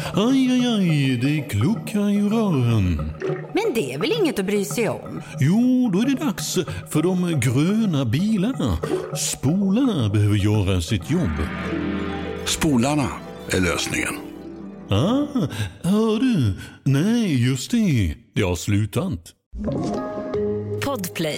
Aj, aj, aj, det kluckar i rören. Men det är väl inget att bry sig om? Jo, då är det dags för de gröna bilarna. Spolarna behöver göra sitt jobb. Spolarna är lösningen. Hör du? Nej, just det. Det har slutat. Podplay.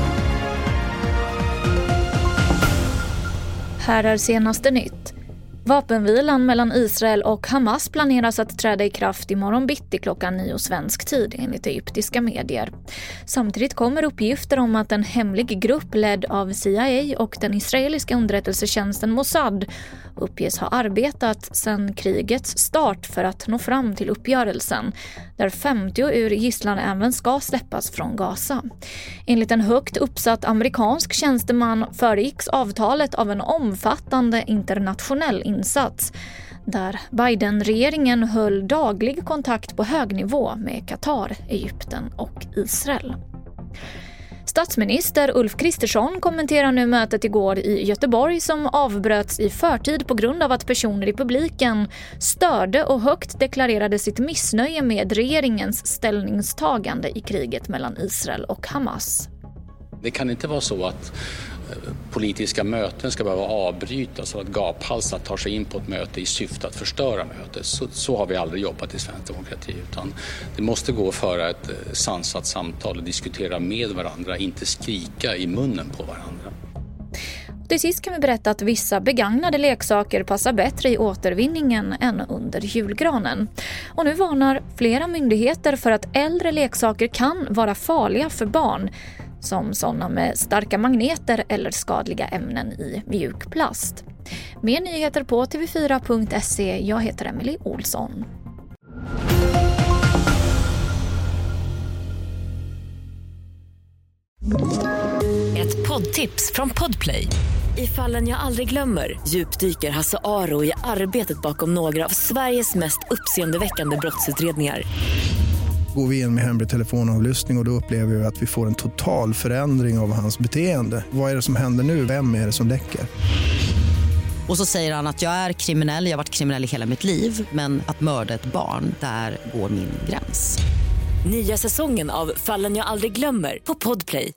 Här är senaste nytt. Vapenvilan mellan Israel och Hamas planeras att träda i kraft imorgon bitti klockan 9 svensk tid enligt egyptiska medier. Samtidigt kommer uppgifter om att en hemlig grupp ledd av CIA och den israeliska underrättelsetjänsten Mossad uppges ha arbetat sedan krigets start för att nå fram till uppgörelsen, där 50 ur gisslan även ska släppas från Gaza. Enligt en högt uppsatt amerikansk tjänsteman föregicks avtalet av en omfattande internationell insats, där Biden-regeringen höll daglig kontakt på hög nivå med Qatar, Egypten och Israel. Statsminister Ulf Kristersson kommenterar nu mötet igår i Göteborg som avbröts i förtid på grund av att personer i publiken störde och högt deklarerade sitt missnöje med regeringens ställningstagande i kriget mellan Israel och Hamas. Det kan inte vara så att politiska möten ska behöva avbrytas så att gaphalsar tar sig in på ett möte i syfte att förstöra mötet. Så har vi aldrig jobbat i svensk demokrati, utan det måste gå att föra ett sansat samtal och diskutera med varandra, inte skrika i munnen på varandra. Till sist kan vi berätta att vissa begagnade leksaker passar bättre i återvinningen än under julgranen. Och nu varnar flera myndigheter för att äldre leksaker kan vara farliga för barn, som sådana med starka magneter eller skadliga ämnen i mjuk plast. Mer nyheter på tv4.se. Jag heter Emily Olsson. Ett poddtips från Podplay. I Fallen jag aldrig glömmer djupdyker Hasse Aro i arbetet bakom några av Sveriges mest uppseendeväckande brottsutredningar. Går vi in med hemlig telefonavlyssning och då upplever vi att vi får en total förändring av hans beteende. Vad är det som händer nu? Vem är det som läcker? Och så säger han att jag är kriminell, jag har varit kriminell i hela mitt liv. Men att mörda ett barn, där går min gräns. Nya säsongen av Fallen jag aldrig glömmer på Podplay.